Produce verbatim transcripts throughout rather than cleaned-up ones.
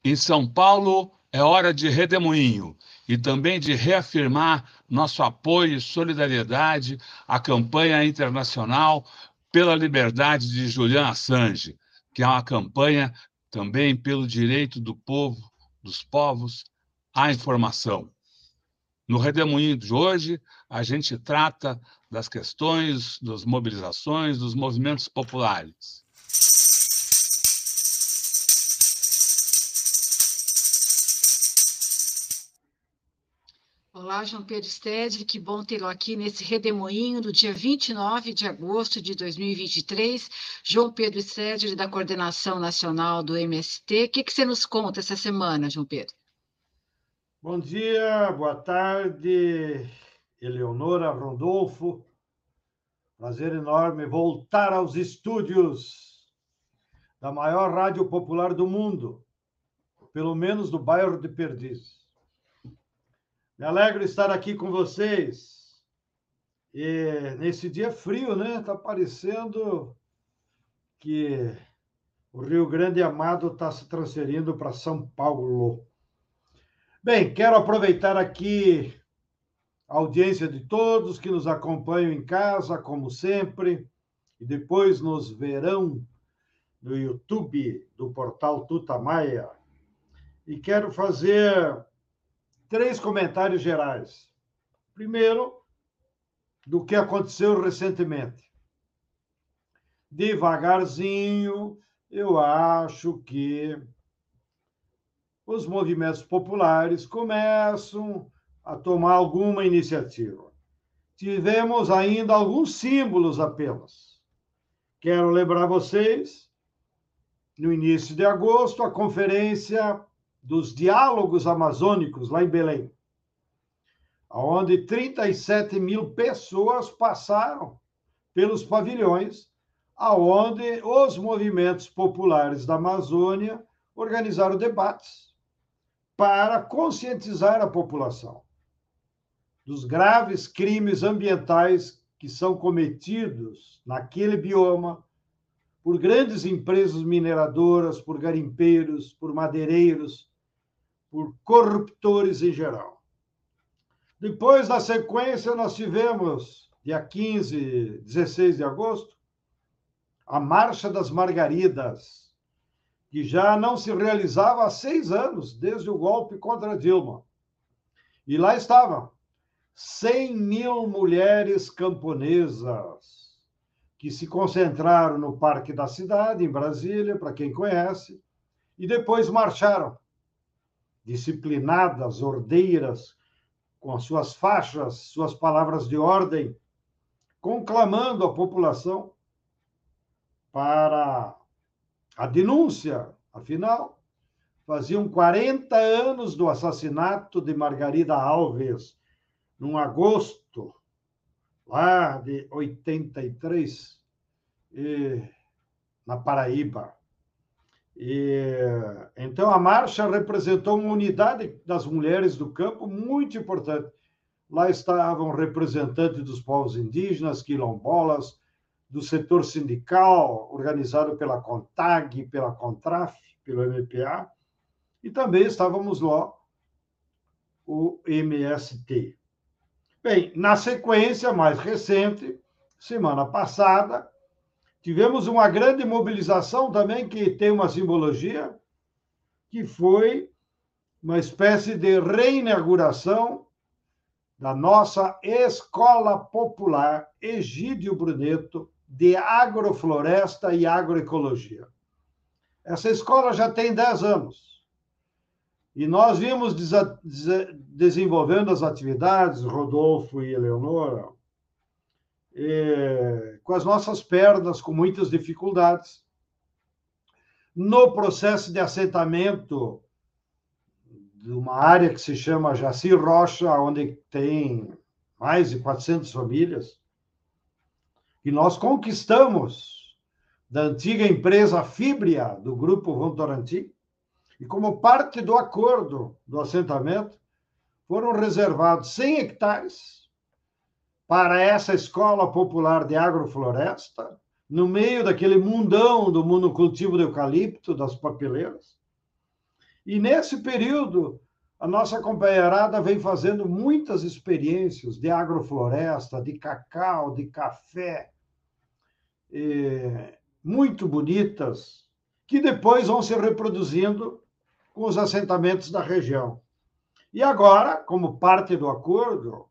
Em São Paulo, é hora de redemoinho e também de reafirmar nosso apoio e solidariedade à campanha internacional pela liberdade de Julian Assange, que é uma campanha também pelo direito do povo, dos povos, à informação. No Redemoinho de hoje, a gente trata das questões, das mobilizações, dos movimentos populares. Olá, João Pedro Stedley, que bom tê-lo aqui nesse redemoinho do dia vinte e nove de agosto de dois mil e vinte e três. João Pedro Stedley, da Coordenação Nacional do M S T. O que, que você nos conta essa semana, João Pedro? Bom dia, boa tarde, Eleonora, Rondolfo. Prazer enorme voltar aos estúdios da maior rádio popular do mundo, pelo menos do bairro de Perdiz. Me alegro estar aqui com vocês. E nesse dia frio, né? Está parecendo que o Rio Grande Amado está se transferindo para São Paulo. Bem, quero aproveitar aqui a audiência de todos que nos acompanham em casa, como sempre, e depois nos verão no YouTube do portal Tutamaia. E quero fazer três comentários gerais. Primeiro, do que aconteceu recentemente. Devagarzinho, eu acho que os movimentos populares começam a tomar alguma iniciativa. Tivemos ainda alguns símbolos apenas. Quero lembrar vocês, no início de agosto, a conferência dos diálogos amazônicos, lá em Belém, onde trinta e sete mil pessoas passaram pelos pavilhões, aonde os movimentos populares da Amazônia organizaram debates para conscientizar a população dos graves crimes ambientais que são cometidos naquele bioma por grandes empresas mineradoras, por garimpeiros, por madeireiros, por corruptores em geral. Depois, na sequência, nós tivemos, dia quinze, dezesseis de agosto, a Marcha das Margaridas, que já não se realizava há seis anos, desde o golpe contra Dilma. E lá estavam cem mil mulheres camponesas que se concentraram no Parque da Cidade, em Brasília, para quem conhece, e depois marcharam, disciplinadas, ordeiras, com as suas faixas, suas palavras de ordem, conclamando a população para a denúncia. Afinal, faziam quarenta anos do assassinato de Margarida Alves, num agosto, lá de oitenta e três, e, na Paraíba. E, então, a marcha representou uma unidade das mulheres do campo muito importante. Lá estavam representantes dos povos indígenas, quilombolas, do setor sindical, organizado pela CONTAG, pela CONTRAF, pelo M P A, e também estávamos lá, o M S T. Bem, na sequência mais recente, semana passada, tivemos uma grande mobilização também que tem uma simbologia, que foi uma espécie de reinauguração da nossa Escola Popular Egídio Bruneto de Agrofloresta e Agroecologia. Essa escola já tem dez anos. E nós vimos desenvolvendo as atividades, Rodolfo e Eleonora, e, com as nossas pernas, com muitas dificuldades, no processo de assentamento de uma área que se chama Jaci Rocha, onde tem mais de quatrocentas famílias, e nós conquistamos da antiga empresa Fibria, do Grupo Votorantim, e como parte do acordo do assentamento, foram reservados cem hectares para essa escola popular de agrofloresta, no meio daquele mundão do monocultivo de eucalipto, das papeleiras. E nesse período, a nossa companheirada vem fazendo muitas experiências de agrofloresta, de cacau, de café, muito bonitas, que depois vão se reproduzindo com os assentamentos da região. E agora, como parte do acordo,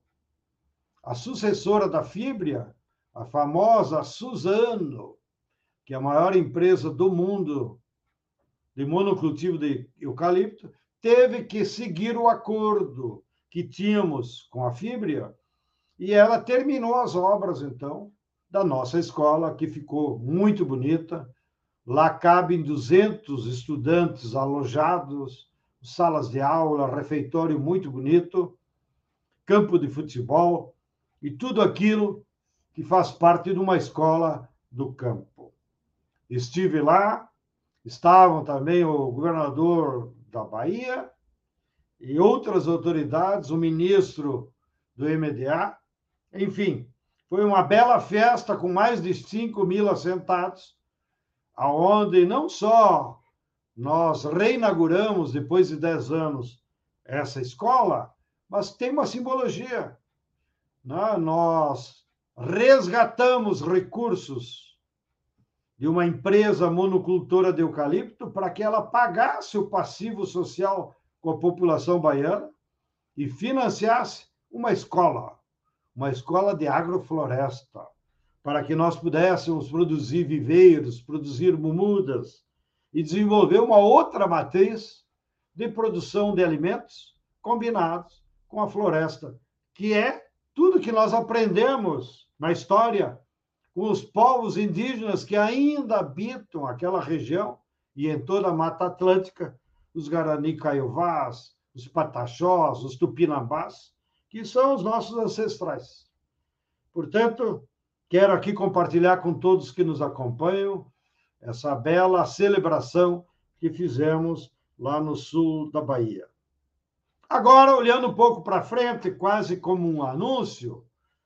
a sucessora da Fibria, a famosa Suzano, que é a maior empresa do mundo de monocultivo de eucalipto, teve que seguir o acordo que tínhamos com a Fibria, e ela terminou as obras, então, da nossa escola, que ficou muito bonita. Lá cabem duzentos estudantes alojados, salas de aula, refeitório muito bonito, campo de futebol e tudo aquilo que faz parte de uma escola do campo. Estive lá, estavam também o governador da Bahia e outras autoridades, o ministro do M D A. Enfim, foi uma bela festa com mais de cinco mil assentados, aonde não só nós reinauguramos, depois de dez anos, essa escola, mas tem uma simbologia. Né? Nós resgatamos recursos de uma empresa monocultora de eucalipto para que ela pagasse o passivo social com a população baiana e financiasse uma escola, uma escola de agrofloresta, para que nós pudéssemos produzir viveiros, produzir mudas e desenvolver uma outra matriz de produção de alimentos combinados com a floresta, que é tudo que nós aprendemos na história com os povos indígenas que ainda habitam aquela região e em toda a Mata Atlântica, os Guarani Caiovás, os Pataxós, os Tupinambás, que são os nossos ancestrais. Portanto, quero aqui compartilhar com todos que nos acompanham essa bela celebração que fizemos lá no sul da Bahia. Agora, olhando um pouco para frente, quase como um anúncio,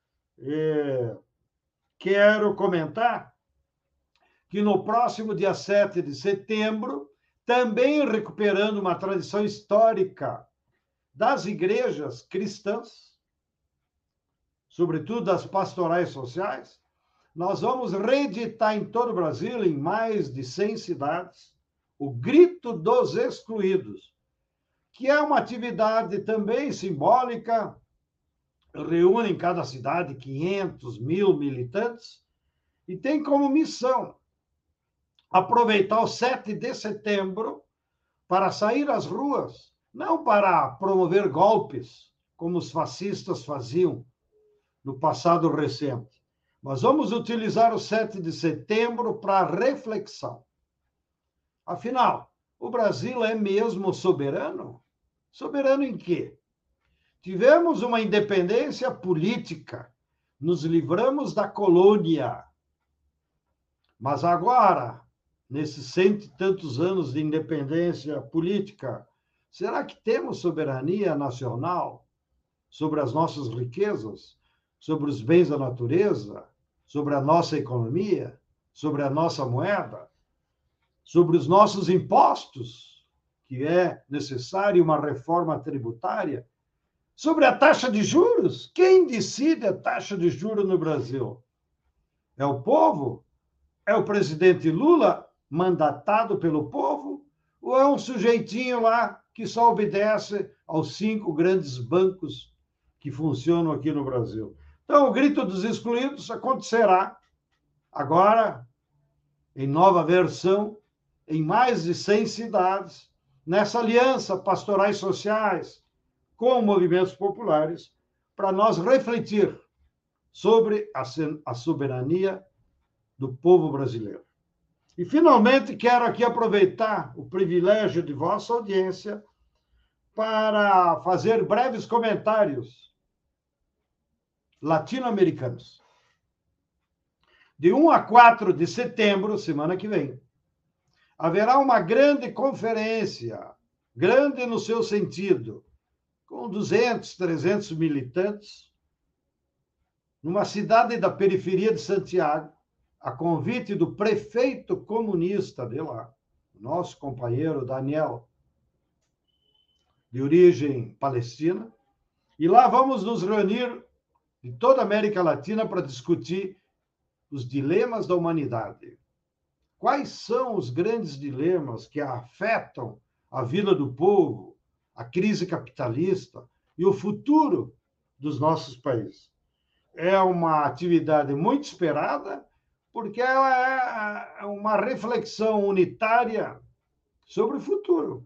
é, quero comentar que no próximo dia sete de setembro, também recuperando uma tradição histórica das igrejas cristãs, sobretudo das pastorais sociais, nós vamos reeditar em todo o Brasil, em mais de cem cidades, o Grito dos Excluídos, que é uma atividade também simbólica, reúne em cada cidade quinhentos, mil militantes, e tem como missão aproveitar o sete de setembro para sair às ruas, não para promover golpes, como os fascistas faziam no passado recente, mas vamos utilizar o sete de setembro para reflexão. Afinal, o Brasil é mesmo soberano? Soberano em quê? Tivemos uma independência política, nos livramos da colônia. Mas agora, nesses cento e tantos anos de independência política, será que temos soberania nacional sobre as nossas riquezas, sobre os bens da natureza, sobre a nossa economia, sobre a nossa moeda, sobre os nossos impostos, que é necessária uma reforma tributária, sobre a taxa de juros? Quem decide a taxa de juros no Brasil? É o povo? É o presidente Lula, mandatado pelo povo? Ou é um sujeitinho lá que só obedece aos cinco grandes bancos que funcionam aqui no Brasil? Então, o Grito dos Excluídos acontecerá agora, em nova versão, em mais de cem cidades, nessa aliança pastorais sociais com movimentos populares, para nós refletir sobre a soberania do povo brasileiro. E, finalmente, quero aqui aproveitar o privilégio de vossa audiência para fazer breves comentários latino-americanos. De um a quatro de setembro, semana que vem, haverá uma grande conferência, grande no seu sentido, com duzentos, trezentos militantes, numa cidade da periferia de Santiago, a convite do prefeito comunista de lá, nosso companheiro Daniel de origem palestina, e lá vamos nos reunir de toda a América Latina para discutir os dilemas da humanidade. Quais são os grandes dilemas que afetam a vida do povo, a crise capitalista e o futuro dos nossos países? É uma atividade muito esperada, porque ela é uma reflexão unitária sobre o futuro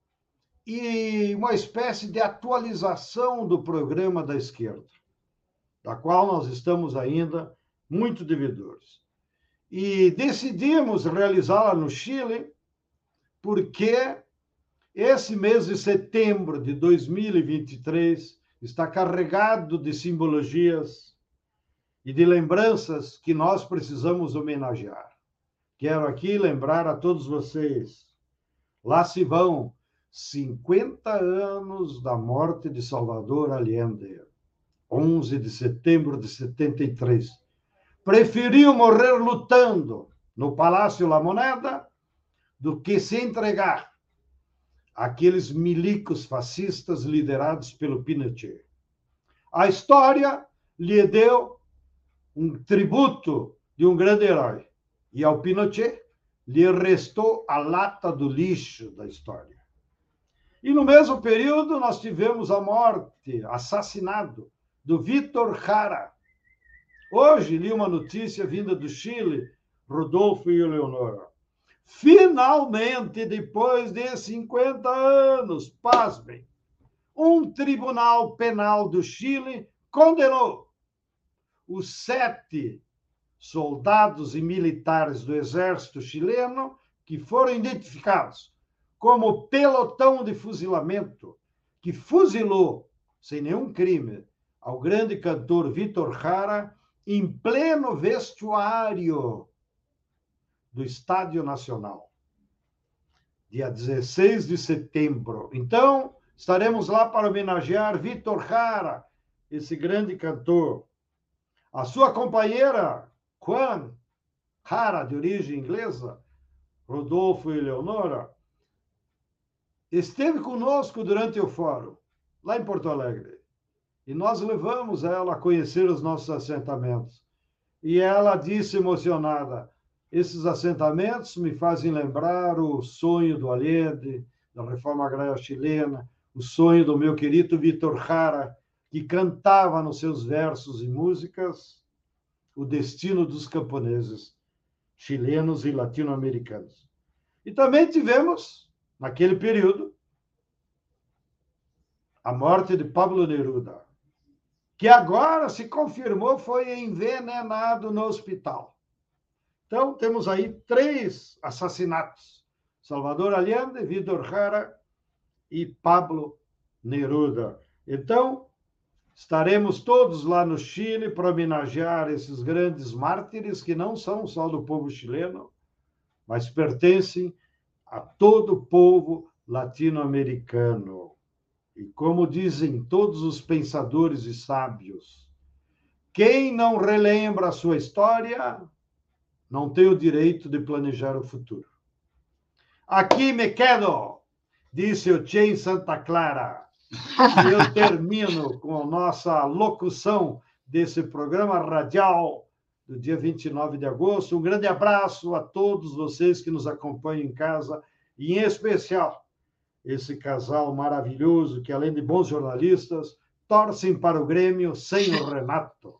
e uma espécie de atualização do programa da esquerda, da qual nós estamos ainda muito devedores. E decidimos realizá-la no Chile, porque esse mês de setembro de dois mil e vinte e três está carregado de simbologias e de lembranças que nós precisamos homenagear. Quero aqui lembrar a todos vocês, lá se vão cinquenta anos da morte de Salvador Allende, onze de setembro de setenta e três. Preferiu morrer lutando no Palácio La Moneda do que se entregar àqueles milicos fascistas liderados pelo Pinochet. A história lhe deu um tributo de um grande herói, e ao Pinochet lhe restou a lata do lixo da história. E no mesmo período nós tivemos a morte, assassinado, do Vítor Jara. Hoje li uma notícia vinda do Chile, Rodolfo e Eleonora. Finalmente, depois de cinquenta anos, pasmem, um tribunal penal do Chile condenou os sete soldados e militares do exército chileno que foram identificados como pelotão de fuzilamento que fuzilou, sem nenhum crime, ao grande cantor Vítor Jara em pleno vestuário do Estádio Nacional, dia dezesseis de setembro. Então, estaremos lá para homenagear Vítor Jara, esse grande cantor. A sua companheira, Juan Jara, de origem inglesa, Rodolfo e Eleonora, esteve conosco durante o fórum, lá em Porto Alegre. E nós levamos ela a conhecer os nossos assentamentos. E ela disse emocionada, esses assentamentos me fazem lembrar o sonho do Allende, da reforma agrária chilena, o sonho do meu querido Vítor Jara, que cantava nos seus versos e músicas o destino dos camponeses chilenos e latino-americanos. E também tivemos, naquele período, a morte de Pablo Neruda, que agora se confirmou foi envenenado no hospital. Então, temos aí três assassinatos: Salvador Allende, Vítor Jara e Pablo Neruda. Então, estaremos todos lá no Chile para homenagear esses grandes mártires que não são só do povo chileno, mas pertencem a todo o povo latino-americano. E como dizem todos os pensadores e sábios, quem não relembra a sua história não tem o direito de planejar o futuro. Aqui me quedo, disse o Che em Santa Clara. E eu termino com a nossa locução desse programa radial do dia vinte e nove de agosto. Um grande abraço a todos vocês que nos acompanham em casa, e em especial esse casal maravilhoso que, além de bons jornalistas, torcem para o Grêmio sem o Renato.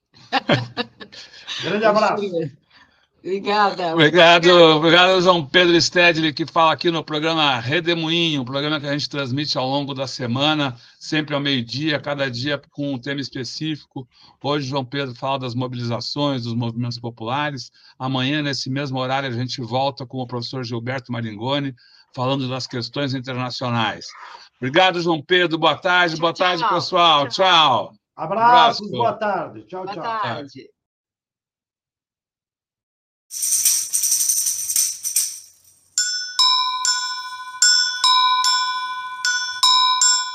Grande abraço. Obrigada. Obrigado, obrigado, João Pedro Stedley, que fala aqui no programa Redemoinho, um programa que a gente transmite ao longo da semana, sempre ao meio-dia, cada dia com um tema específico. Hoje, João Pedro fala das mobilizações, dos movimentos populares. Amanhã, nesse mesmo horário, a gente volta com o professor Gilberto Maringoni, falando das questões internacionais. Obrigado, João Pedro. Boa tarde, boa Tchau, tarde, pessoal. tchau. Tchau. Abraços, Abraço. boa tarde. Tchau, Boa tchau. tarde.